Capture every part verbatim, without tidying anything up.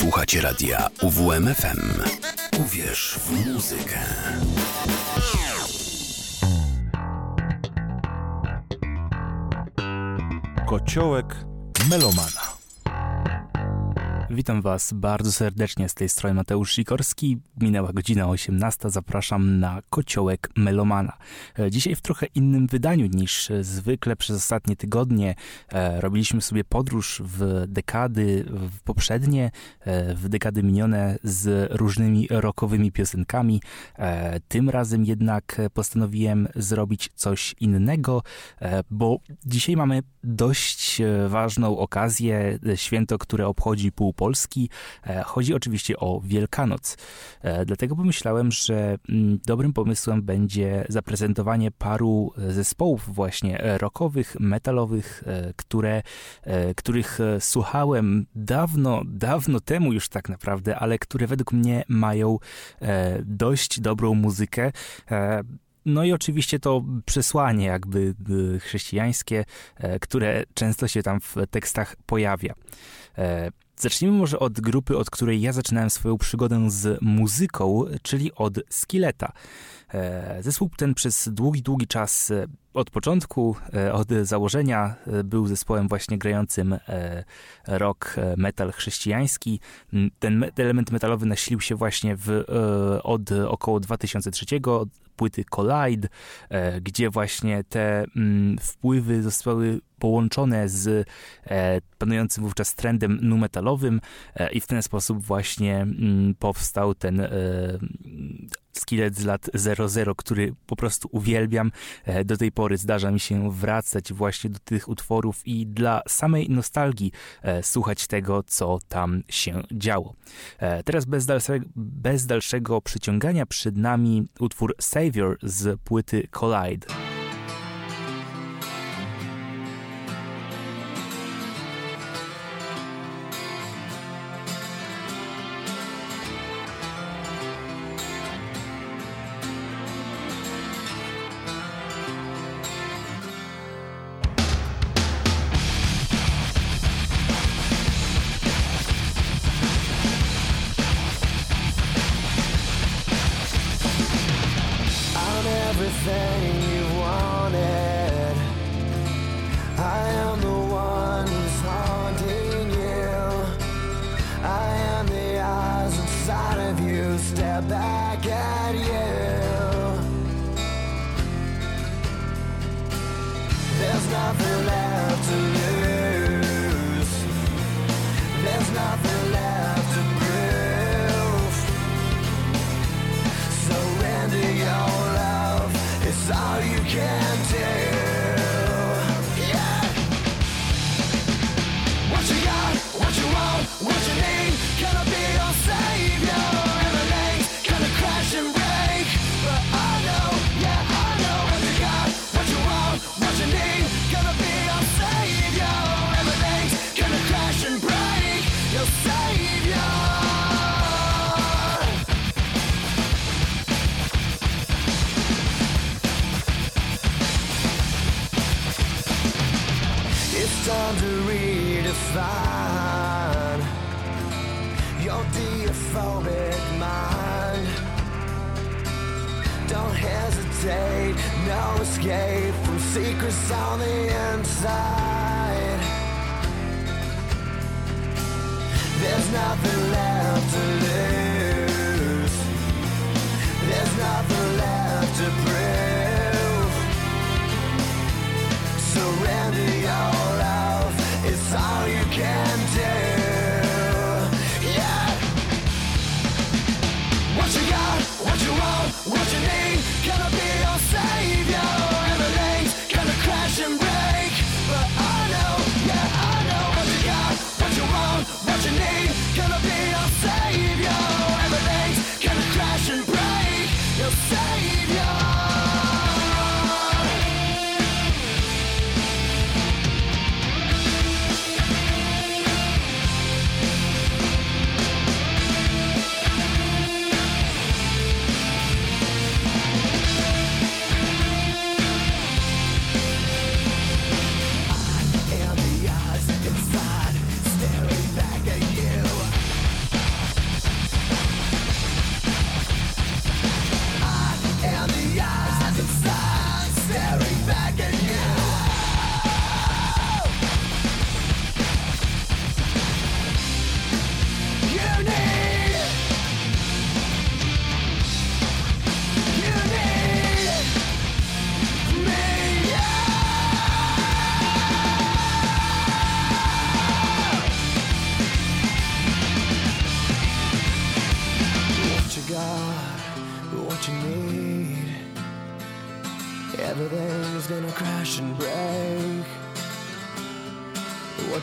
Słuchacie radia U W M F M. Uwierz w muzykę. Kociołek melomana. Witam Was bardzo serdecznie, z tej strony Mateusz Sikorski. Minęła godzina osiemnasta, zapraszam na Kociołek melomana. Dzisiaj w trochę innym wydaniu niż zwykle przez ostatnie tygodnie. Robiliśmy sobie podróż w dekady w poprzednie, w dekady minione z różnymi rockowymi piosenkami. Tym razem jednak postanowiłem zrobić coś innego, bo dzisiaj mamy dość ważną okazję, święto, które obchodzi pół Polski. Chodzi oczywiście o Wielkanoc. Dlatego pomyślałem, że dobrym pomysłem będzie zaprezentowanie paru zespołów właśnie rockowych, metalowych, które, których słuchałem dawno, dawno temu już tak naprawdę, ale które według mnie mają dość dobrą muzykę. No i oczywiście to przesłanie jakby chrześcijańskie, które często się tam w tekstach pojawia. Zacznijmy może od grupy, od której ja zaczynałem swoją przygodę z muzyką, czyli od Skilleta. Zespół ten przez długi, długi czas, od początku, od założenia był zespołem właśnie grającym rock, metal chrześcijański. Ten element metalowy nasilił się właśnie w, od około dwa tysiące trzeciego, płyty Collide, gdzie właśnie te wpływy zostały połączone z panującym wówczas trendem nu metalowym i w ten sposób właśnie powstał ten Skillet z lat zero zero, który po prostu uwielbiam. Do tej pory zdarza mi się wracać właśnie do tych utworów i dla samej nostalgii słuchać tego, co tam się działo. Teraz bez dalszego, bez dalszego przyciągania przed nami utwór Savior z płyty Collide.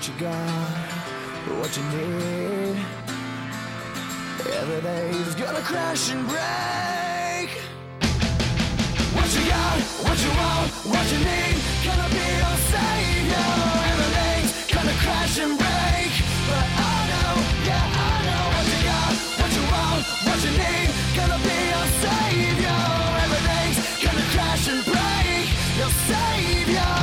what you got, what you need. Everything's gonna crash and break. What you got, what you want, what you need, gonna be your savior. Everything's gonna crash and break. But I know, yeah I know what you got, what you want, what you need, gonna be your savior. Everything's gonna crash and break. Your savior.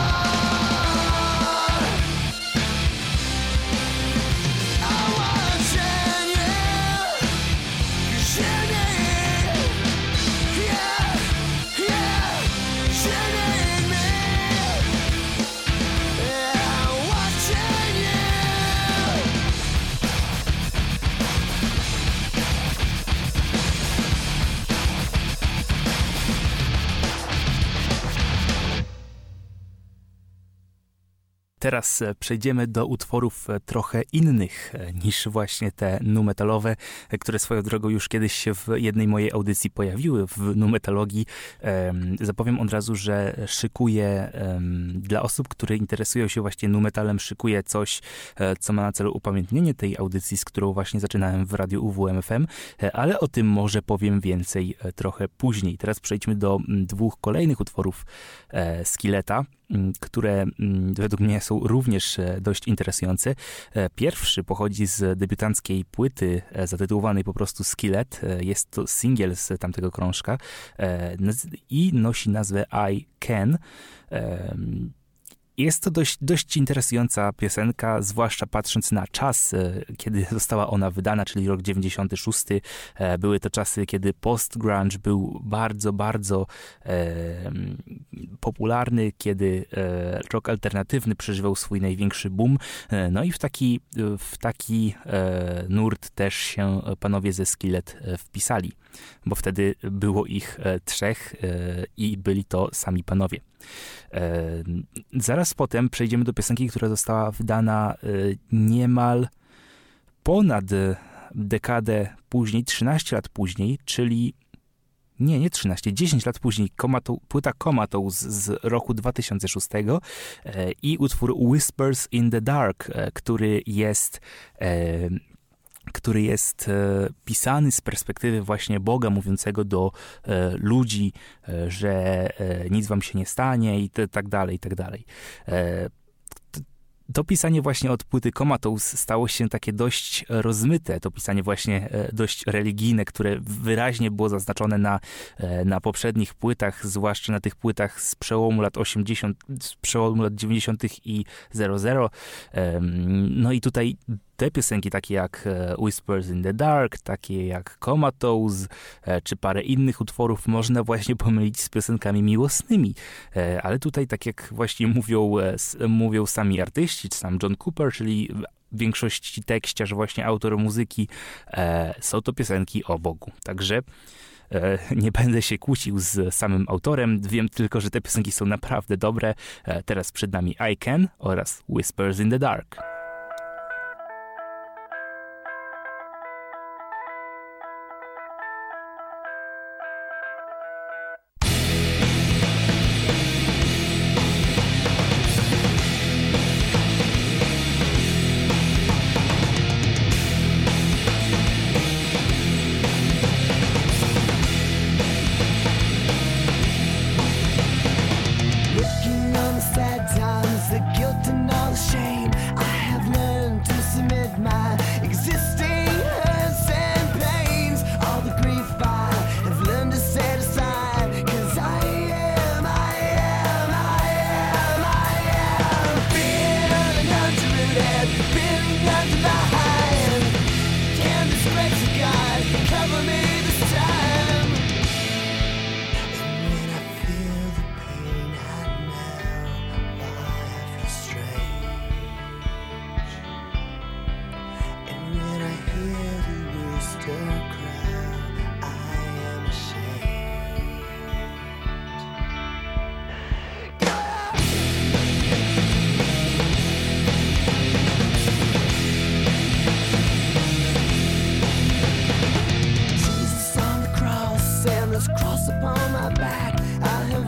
Teraz przejdziemy do utworów trochę innych niż właśnie te nu-metalowe, które swoją drogą już kiedyś się w jednej mojej audycji pojawiły w nu-metalogii. Zapowiem od razu, że szykuję dla osób, które interesują się właśnie nu-metalem, szykuję coś, co ma na celu upamiętnienie tej audycji, z którą właśnie zaczynałem w radiu U W M F M, ale o tym może powiem więcej trochę później. Teraz przejdźmy do dwóch kolejnych utworów Skilleta, które według mnie są również dość interesujące. Pierwszy pochodzi z debiutanckiej płyty zatytułowanej po prostu Skillet. Jest to singiel z tamtego krążka i nosi nazwę I Can. Jest to dość, dość interesująca piosenka, zwłaszcza patrząc na czas, kiedy została ona wydana, czyli rok dziewięćdziesiąty szósty. Były to czasy, kiedy post-grunge był bardzo, bardzo e, popularny, kiedy e, rock alternatywny przeżywał swój największy boom. E, no i w taki, w taki e, nurt też się panowie ze Skillet wpisali, bo wtedy było ich e, trzech e, i byli to sami panowie. E, zaraz potem przejdziemy do piosenki, która została wydana e, niemal ponad dekadę później, trzynaście lat później, czyli nie, nie trzynaście, dziesięć lat później, Comatose, płyta Comatose z roku dwa tysiące szóstego e, i utwór Whispers in the Dark, e, który jest e, który jest e, pisany z perspektywy właśnie Boga mówiącego do e, ludzi, e, że e, nic wam się nie stanie i te, tak dalej, i tak dalej. E, To pisanie właśnie od płyty Comatose stało się takie dość rozmyte, to pisanie właśnie dość religijne, które wyraźnie było zaznaczone na, na poprzednich płytach, zwłaszcza na tych płytach z przełomu lat osiemdziesiątych, z przełomu lat dziewięćdziesiątych i zero zero. No i tutaj te piosenki takie jak Whispers in the Dark, takie jak Comatose, czy parę innych utworów można właśnie pomylić z piosenkami miłosnymi. Ale tutaj, tak jak właśnie mówią, mówią sami artyści, czy sam John Cooper, czyli w większości tekściarz, właśnie autor muzyki, są to piosenki o Bogu. Także nie będę się kłócił z samym autorem, wiem tylko, że te piosenki są naprawdę dobre. Teraz przed nami I Can oraz Whispers in the Dark.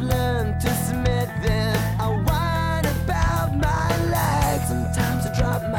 Sometimes I drop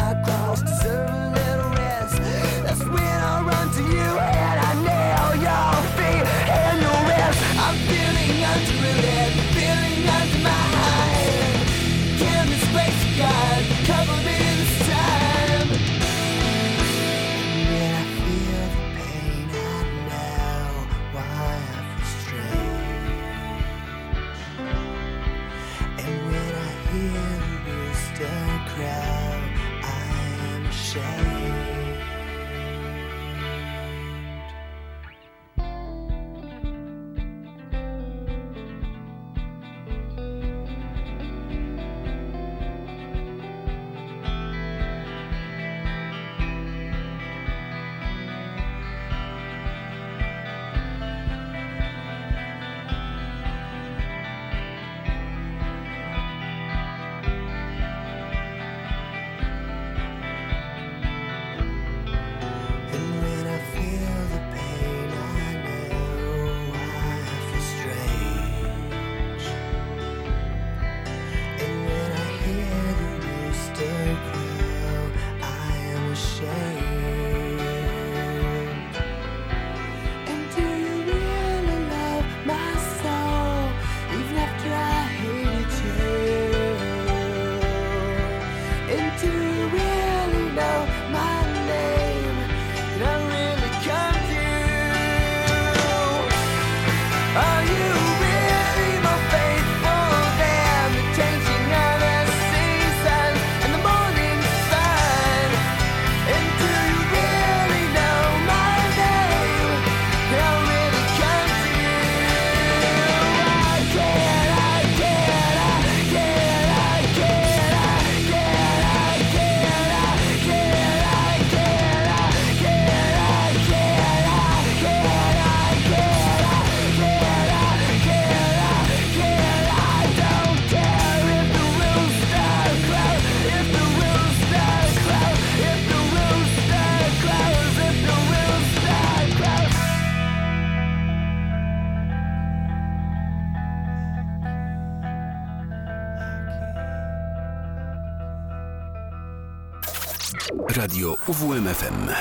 Radio U W M F M.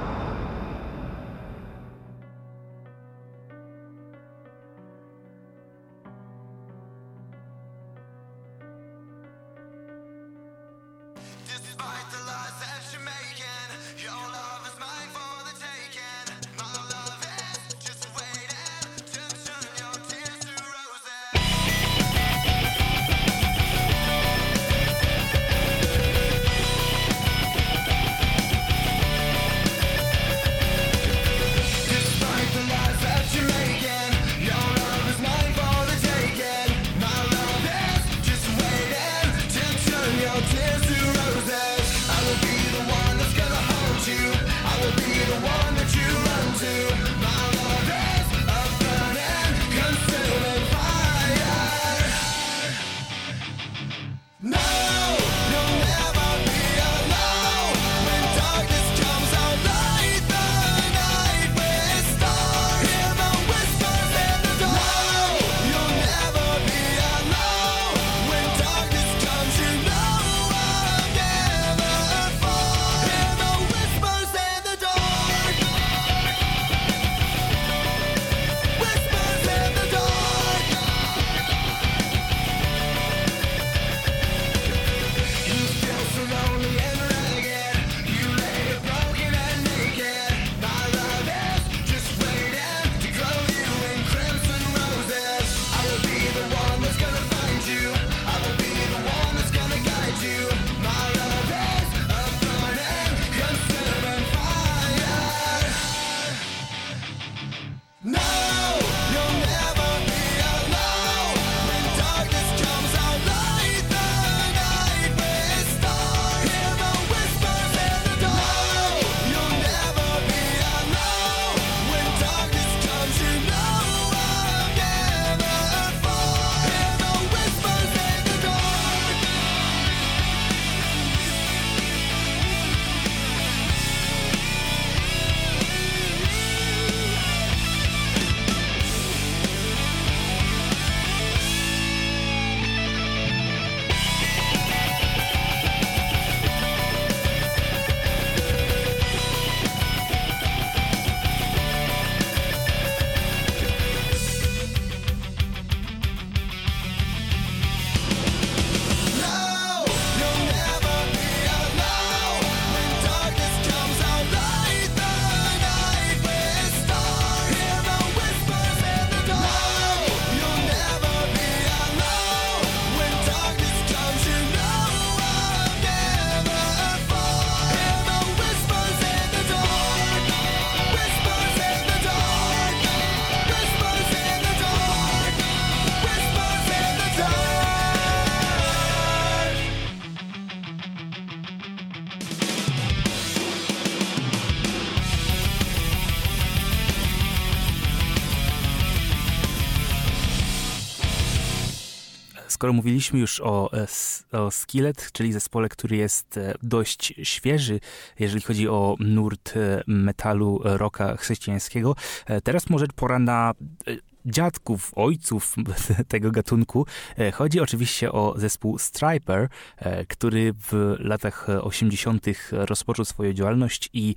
Skoro mówiliśmy już o, o Skillet, czyli zespole, który jest dość świeży, jeżeli chodzi o nurt metalu, rocka chrześcijańskiego, teraz może pora na dziadków, ojców tego gatunku. Chodzi oczywiście o zespół Stryper, który w latach osiemdziesiątych rozpoczął swoją działalność i,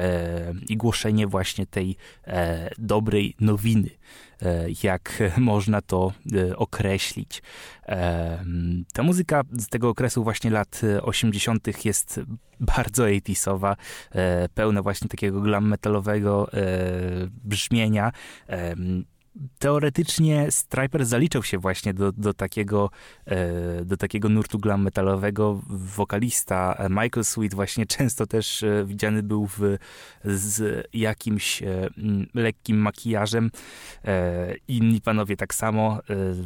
i głoszenie właśnie tej dobrej nowiny, jak można to określić. Ta muzyka z tego okresu właśnie lat osiemdziesiątych jest bardzo osiemdziesiątowa, pełna właśnie takiego glam metalowego brzmienia. Teoretycznie Stryper zaliczał się właśnie do, do, takiego, do takiego nurtu glam metalowego. Wokalista Michael Sweet właśnie często też widziany był w, z jakimś lekkim makijażem. Inni panowie tak samo.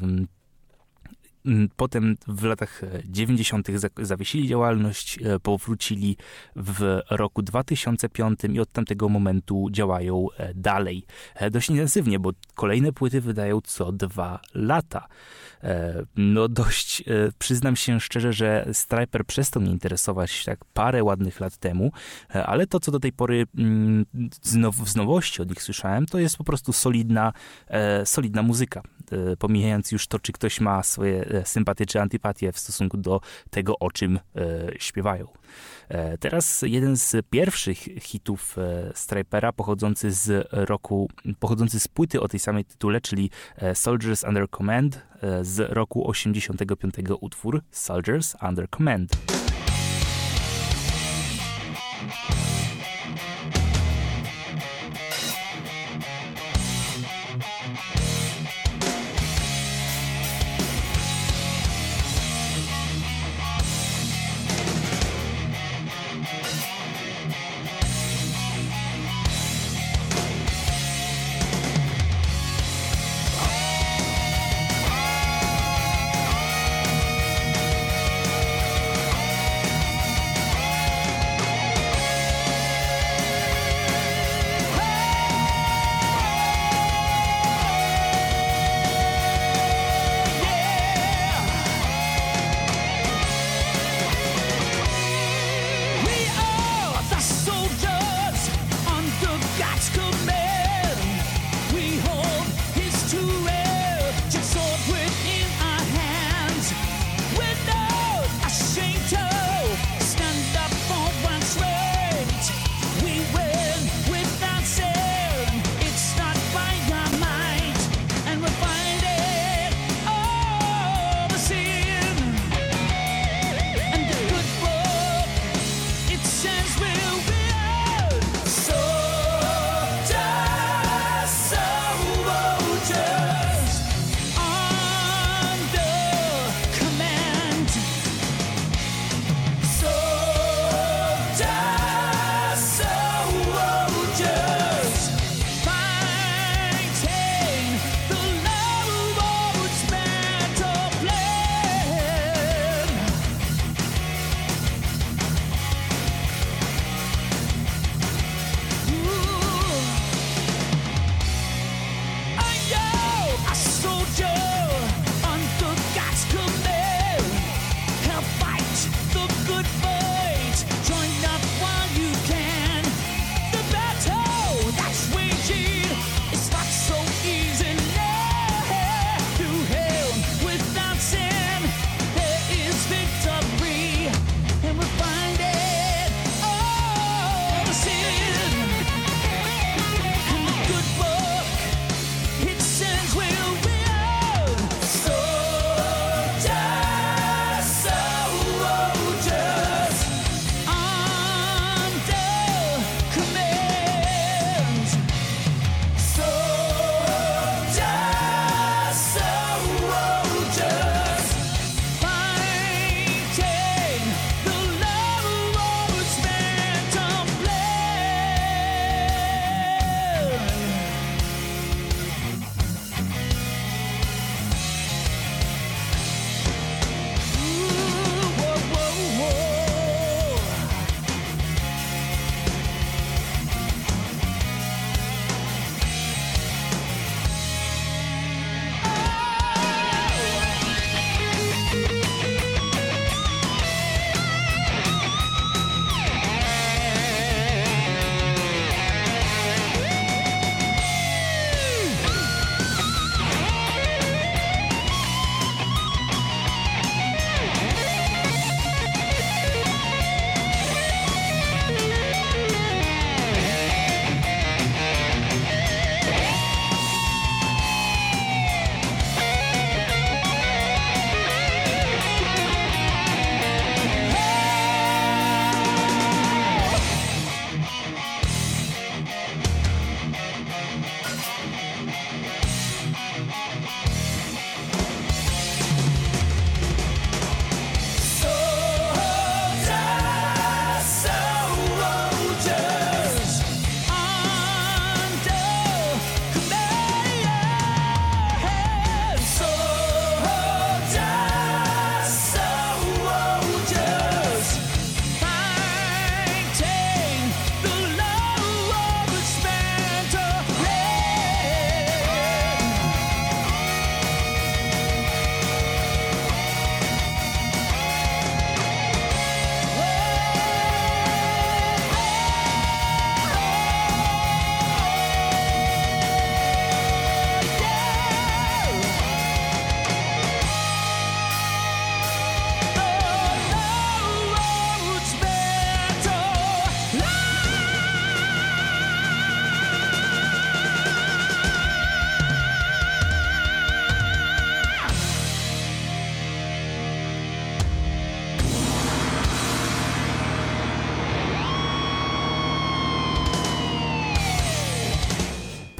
Potem w latach dziewięćdziesiątych zawiesili działalność, powrócili w roku dwa tysiące piątym i od tamtego momentu działają dalej. Dość intensywnie, bo kolejne płyty wydają co dwa lata. No dość, przyznam się szczerze, że Stryper przestał mnie interesować tak parę ładnych lat temu, ale to, co do tej pory z, now, z nowości od nich słyszałem, to jest po prostu solidna, solidna muzyka. Pomijając już to, czy ktoś ma swoje sympatię czy antypatię w stosunku do tego, o czym śpiewają. Teraz jeden z pierwszych hitów Strypera pochodzący z roku, pochodzący z płyty o tej samej tytule, czyli Soldiers Under Command z roku osiemdziesiątego piątego utwór Soldiers Under Command.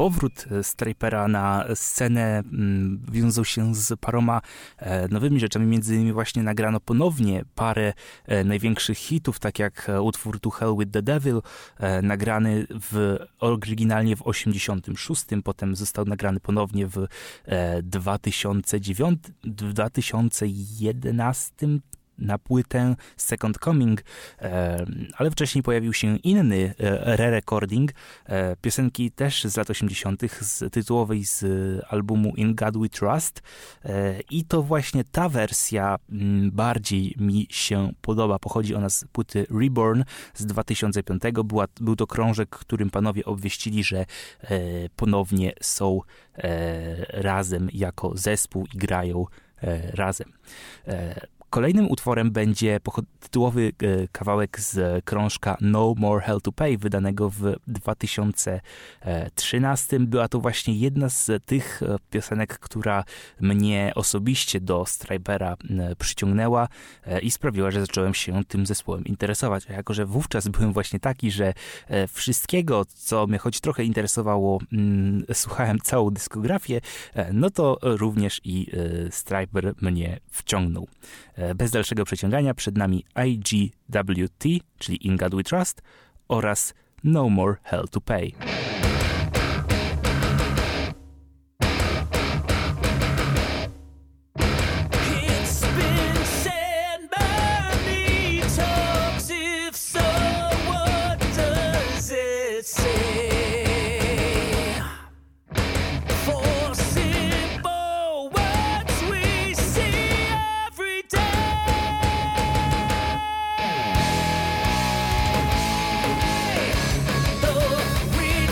powrót Strypera na scenę wiązał się z paroma nowymi rzeczami. Między innymi właśnie nagrano ponownie parę największych hitów, tak jak utwór To Hell with the Devil, nagrany w, oryginalnie w osiemdziesiątym szóstym, potem został nagrany ponownie w dwa tysiące dziewiątym, w dwa tysiące jedenastym na płytę Second Coming, ale wcześniej pojawił się inny re-recording piosenki też z lat osiemdziesiątych, z tytułowej z albumu In God We Trust, i to właśnie ta wersja bardziej mi się podoba. Pochodzi ona z płyty Reborn z dwa tysiące piątego. Była, był to krążek, którym panowie obwieścili, że ponownie są razem jako zespół i grają razem. Kolejnym utworem będzie tytułowy kawałek z krążka No More Hell to Pay, wydanego w dwa tysiące trzynastym. Była to właśnie jedna z tych piosenek, która mnie osobiście do Strypera przyciągnęła i sprawiła, że zacząłem się tym zespołem interesować. A jako że wówczas byłem właśnie taki, że wszystkiego, co mnie choć trochę interesowało, słuchałem całą dyskografię, no to również i Stryper mnie wciągnął. Bez dalszego przeciągania przed nami I G W T, czyli In God We Trust, oraz No More Hell to Pay. We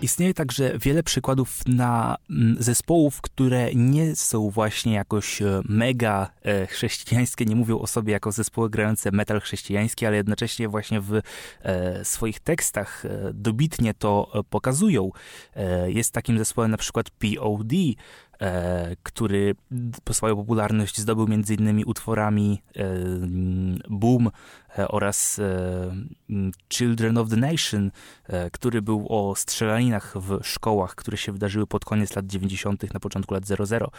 Istnieje także wiele przykładów na zespołów, które nie są właśnie jakoś mega chrześcijańskie, nie mówią o sobie jako zespoły grające metal chrześcijański, ale jednocześnie właśnie w swoich tekstach dobitnie to pokazują. Jest takim zespołem na przykład P O D, który po swoją popularność zdobył między innymi utworami Boom oraz Children of the Nation, który był o strzelaninach w szkołach, które się wydarzyły pod koniec lat dziewięćdziesiątych, na początku lat zero zero.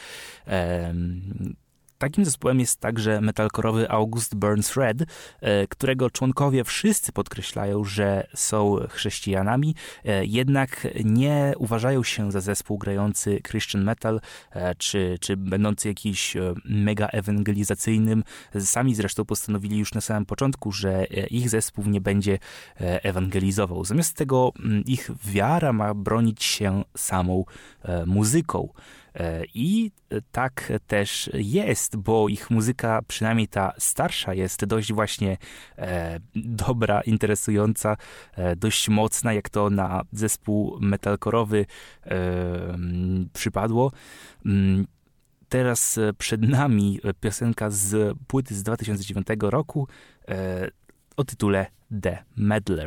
Takim zespołem jest także metalkorowy August Burns Red, którego członkowie wszyscy podkreślają, że są chrześcijanami, jednak nie uważają się za zespół grający Christian metal, czy, czy będący jakiś mega ewangelizacyjnym. Sami zresztą postanowili już na samym początku, że ich zespół nie będzie ewangelizował. Zamiast tego ich wiara ma bronić się samą muzyką. I tak też jest, bo ich muzyka, przynajmniej ta starsza, jest dość właśnie e, dobra, interesująca, e, dość mocna, jak to na zespół metalkorowy e, przypadło. Teraz przed nami piosenka z płyty z dwa tysiące dziewiątego roku e, o tytule The Meddler.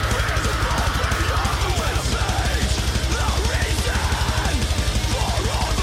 For all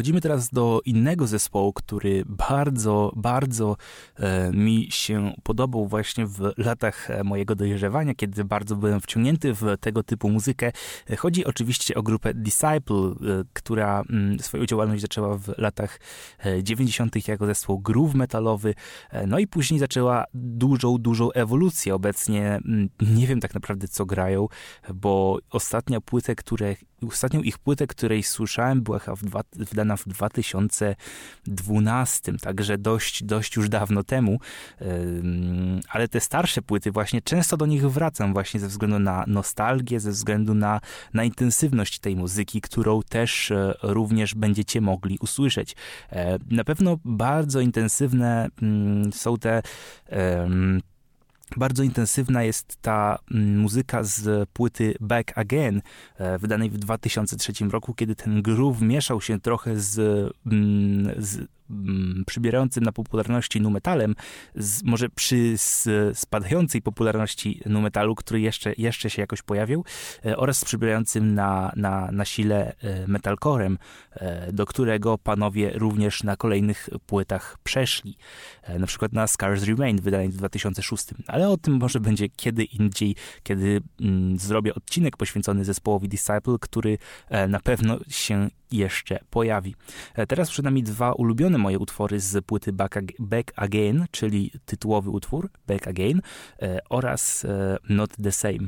Przechodzimy teraz do innego zespołu, który bardzo, bardzo e, mi się podobał właśnie w latach mojego dojrzewania, kiedy bardzo byłem wciągnięty w tego typu muzykę. Chodzi oczywiście o grupę Disciple, e, która m, swoją działalność zaczęła w latach dziewięćdziesiątych jako zespół groove metalowy, e, no i później zaczęła dużą, dużą ewolucję. Obecnie m, nie wiem tak naprawdę, co grają, bo ostatnia płytę, które, ostatnią ich płytę, której słyszałem, była w dwa, wydana w dwa tysiące dwunastym, także dość, dość już dawno temu, ale te starsze płyty właśnie często do nich wracam właśnie ze względu na nostalgię, ze względu na, na intensywność tej muzyki, którą też również będziecie mogli usłyszeć. Na pewno bardzo intensywne są te Bardzo intensywna jest ta muzyka z płyty Back Again, wydanej w dwa tysiące trzecim roku, kiedy ten groove mieszał się trochę z, z przybierającym na popularności nu metalem, z, może przy z, spadającej popularności nu metalu, który jeszcze, jeszcze się jakoś pojawił, e, oraz z przybierającym na, na, na sile e, metalcorem, e, do którego panowie również na kolejnych płytach przeszli. E, na przykład na Scars Remain, wydanej w dwa tysiące szóstym. Ale o tym może będzie kiedy indziej, kiedy mm, zrobię odcinek poświęcony zespołowi Disciple, który e, na pewno się jeszcze pojawi. E, teraz przed nami dwa ulubione moje utwory z płyty Back, Ag- Back Again, czyli tytułowy utwór Back Again e, oraz e, Not the Same.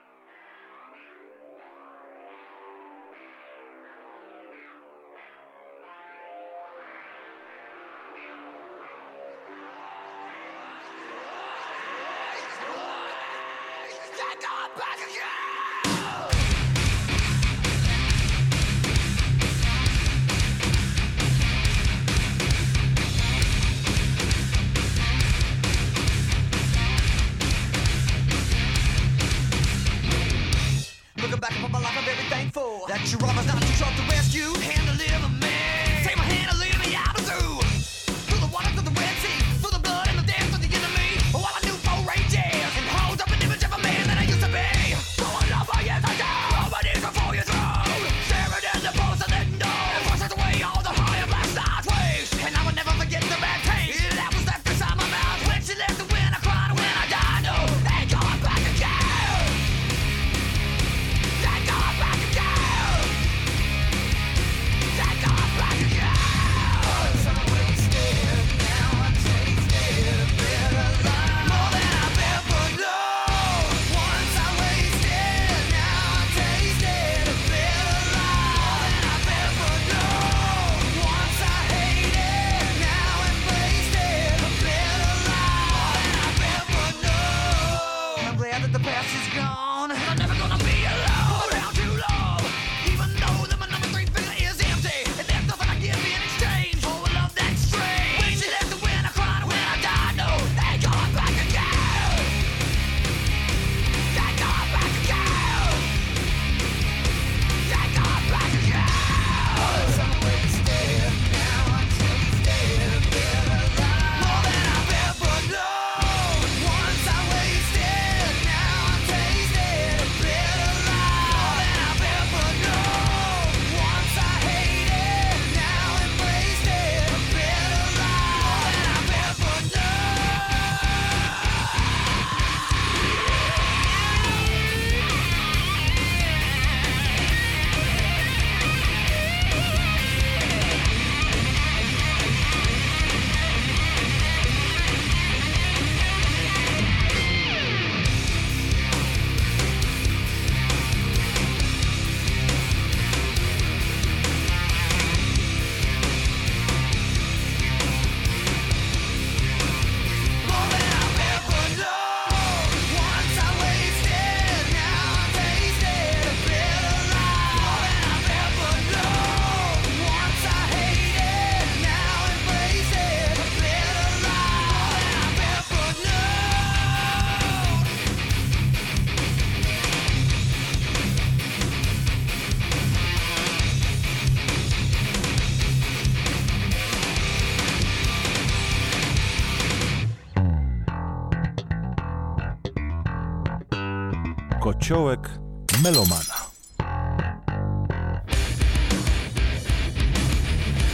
Kociołek melomana.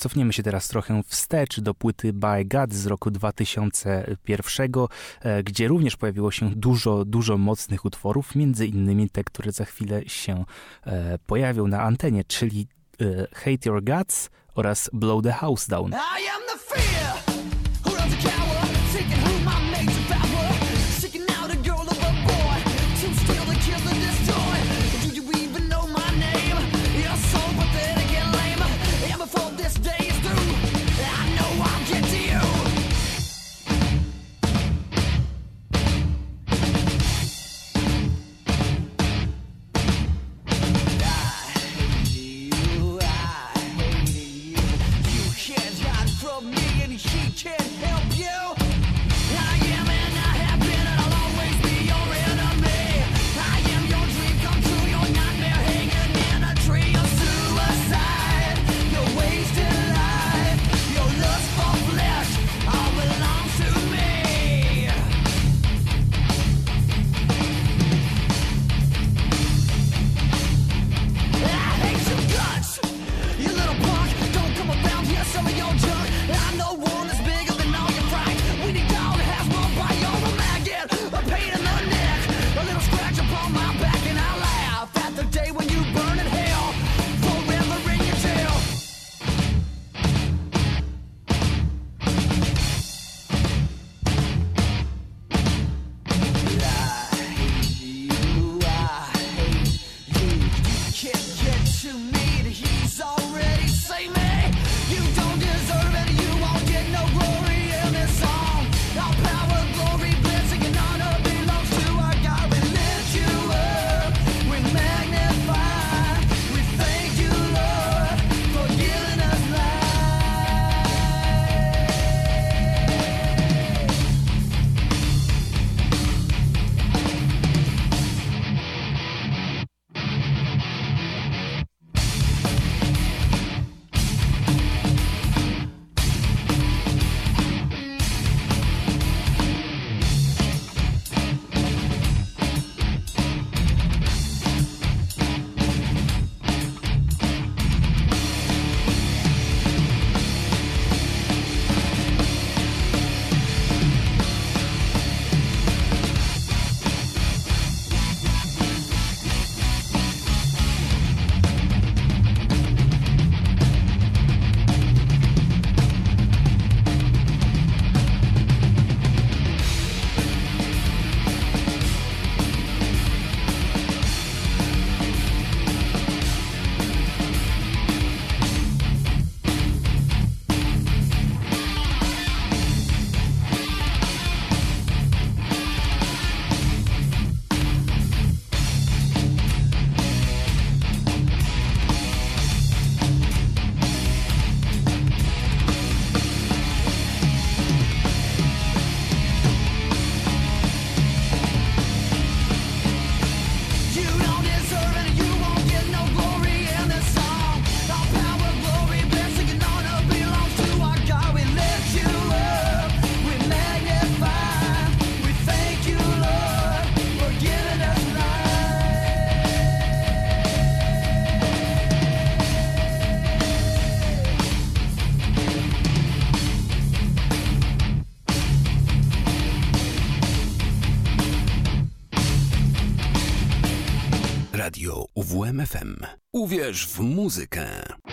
Cofniemy się teraz trochę wstecz do płyty By God z roku dwa tysiące pierwszego, gdzie również pojawiło się dużo, dużo mocnych utworów, między innymi te, które za chwilę się e, pojawią na antenie, czyli e, Hate Your Guts oraz Blow the House Down. I am the fear who runs a cower, seeking who my mates of power, seeking out a girl of a boy, to steal, to kill, to destroy. Do you even know my name? You're so pathetic and lame. And before this day is through, I know I'll get to you. Can't help you. I am and I have been and I'll always be your enemy. I am your dream come true, your nightmare hanging in a tree of suicide. Your wasted life, your lust for flesh, all belongs to me. I hate your guts, you little punk. Don't come around here selling your junk. I know one is bigger than all your fright. We need dog that has more bite. You're a maggot, a pain in the neck, a little scratch upon my back, and I laugh at the day when you burn in hell, forever in your jail. I hate you, I hate you. You can't get to me, he's already saved me. You don't deserve it, you won't get no glory in this song. All power, glory, blessing, and honor belongs to our God. We lift you up, we magnify, we thank you, Lord, for giving us life. You don't deserve it, you won't get no glory in this song. All power, glory, blessing, and honor belongs to our God. We lift you up, we magnify, we thank you, Lord, for giving us Radio U W M F M. Uwierz w muzykę.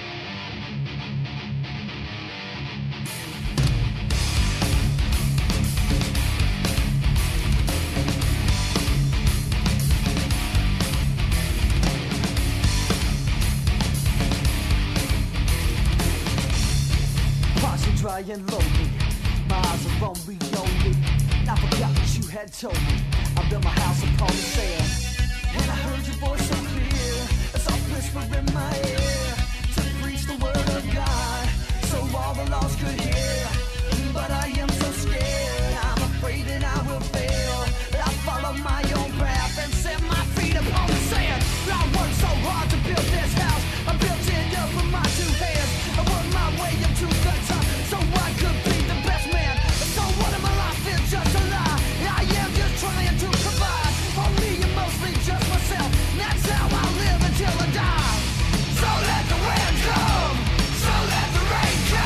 Parts are dry and lonely, my eyes are on me only. I forgot what you had told me. I built my house upon the sand, and I heard your voice so clear, a soft whisper in my ear, to preach the word of God, so all the lost could hear. But I am so scared, I'm afraid that I will fail. I follow my own path and set my feet upon the sand. I worked so hard to build this house, I built it up with my two hands. I worked my way up to the top, so I could be the best man. So what if my life is just a lie? I am just trying to provide for me and mostly just myself. That's how I live until I die. So let the wind come, so let the rain come.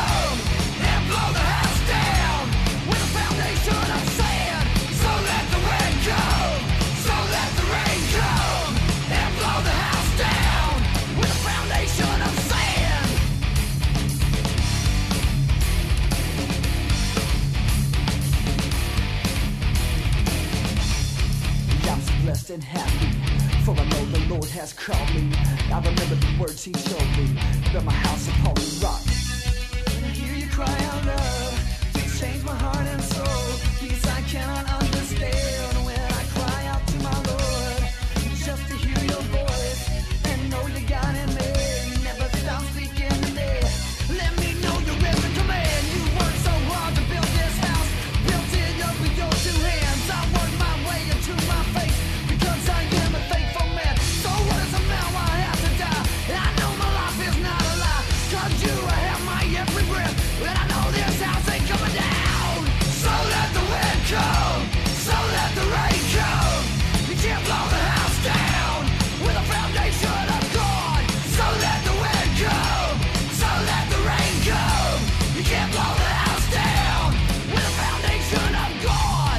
blessed and happy, for I know the Lord has called me. I remember the words he told me, build my house upon the rock. When I hear you cry out love, you change my heart and soul. Peace I cannot understand when I cry out to my Lord, just to hear your voice and know you got in me. Never stop speaking to me. Let me know you're in the command. You worked so hard to build this house, built it up with your two hands. I worked my way into my face because I am a faithful man. So what is it now I have to die? I know my life is not a lie, cause you have my every breath, and I know this house ain't coming down. So let the wind come, so let the rain come. You can't blow the house down with a foundation of God. So let the wind come, so let the rain come. You can't blow the house down with a foundation of God.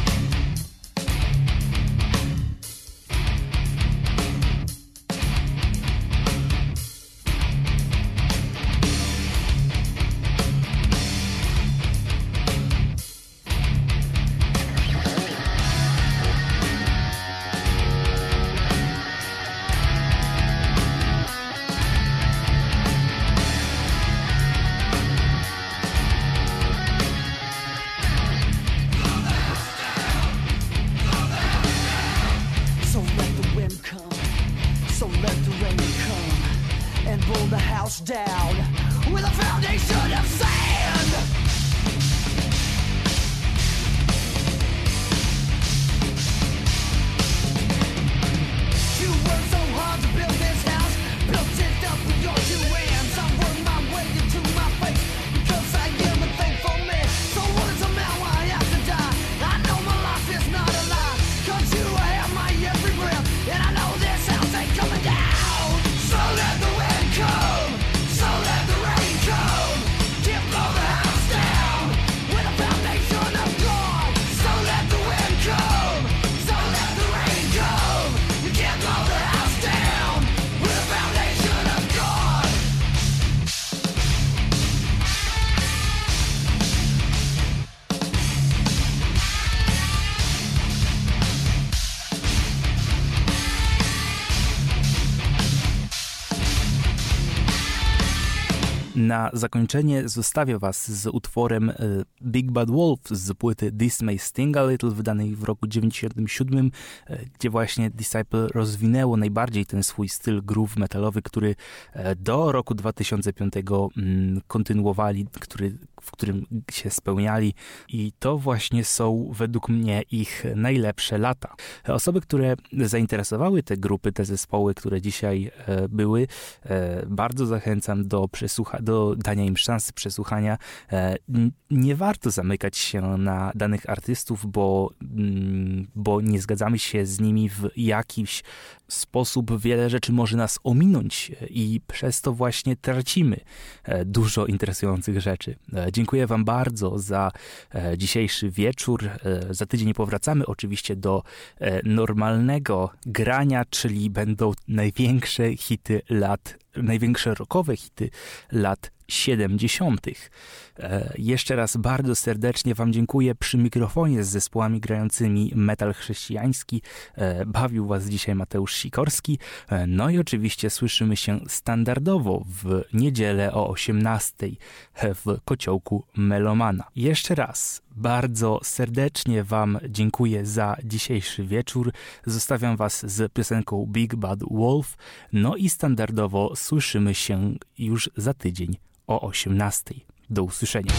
So let the wind come, so let the rain come, and blow the house down with a foundation of sand. You worked so hard to build this house, built it up with your two hands. I worked my way into my face because I am a thankful man. So what is it now I have to die? I know my life is not a lie, cause you have my every breath, and I know this house ain't coming down. So let the wind come, so let the rain come. Can't blow the house down with a foundation of God. So let the wind come, so let the rain come. You can't blow the house down with a foundation of God. Na zakończenie zostawię was z utworem Big Bad Wolf z płyty This May Sting a Little, wydanej w roku dziewięćdziesiątym siódmym, gdzie właśnie Disciple rozwinęło najbardziej ten swój styl groove metalowy, który do roku dwa tysiące piątego kontynuowali, który, w którym się spełniali, i to właśnie są według mnie ich najlepsze lata. Osoby, które zainteresowały te grupy, te zespoły, które dzisiaj były, bardzo zachęcam do przesłuchania, do dania im szansy przesłuchania. Nie warto zamykać się na danych artystów, bo, bo nie zgadzamy się z nimi w jakiś sposób. Wiele rzeczy może nas ominąć i przez to właśnie tracimy dużo interesujących rzeczy. Dziękuję wam bardzo za dzisiejszy wieczór. Za tydzień powracamy oczywiście do normalnego grania, czyli będą największe hity lat, największe rockowe hity lat siedemdziesiątych. E, jeszcze raz bardzo serdecznie wam dziękuję. Przy mikrofonie z zespołami grającymi metal chrześcijański e, bawił was dzisiaj Mateusz Sikorski. E, no i oczywiście słyszymy się standardowo w niedzielę o osiemnastej w Kociołku Melomana. Jeszcze raz bardzo serdecznie wam dziękuję za dzisiejszy wieczór. Zostawiam was z piosenką Big Bad Wolf. No i standardowo słyszymy się już za tydzień o osiemnastej. Do usłyszenia.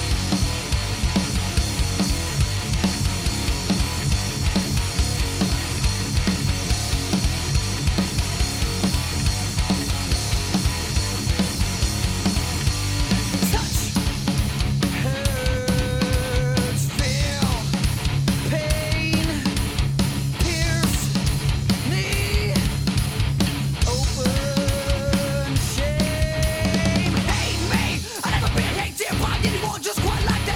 Just quite like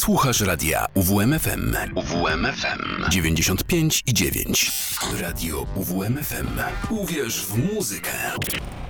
Słuchasz radia U W M F M. U W M F M dziewięćdziesiąt pięć i dziewięć. Radio U W M F M. Uwierz w muzykę.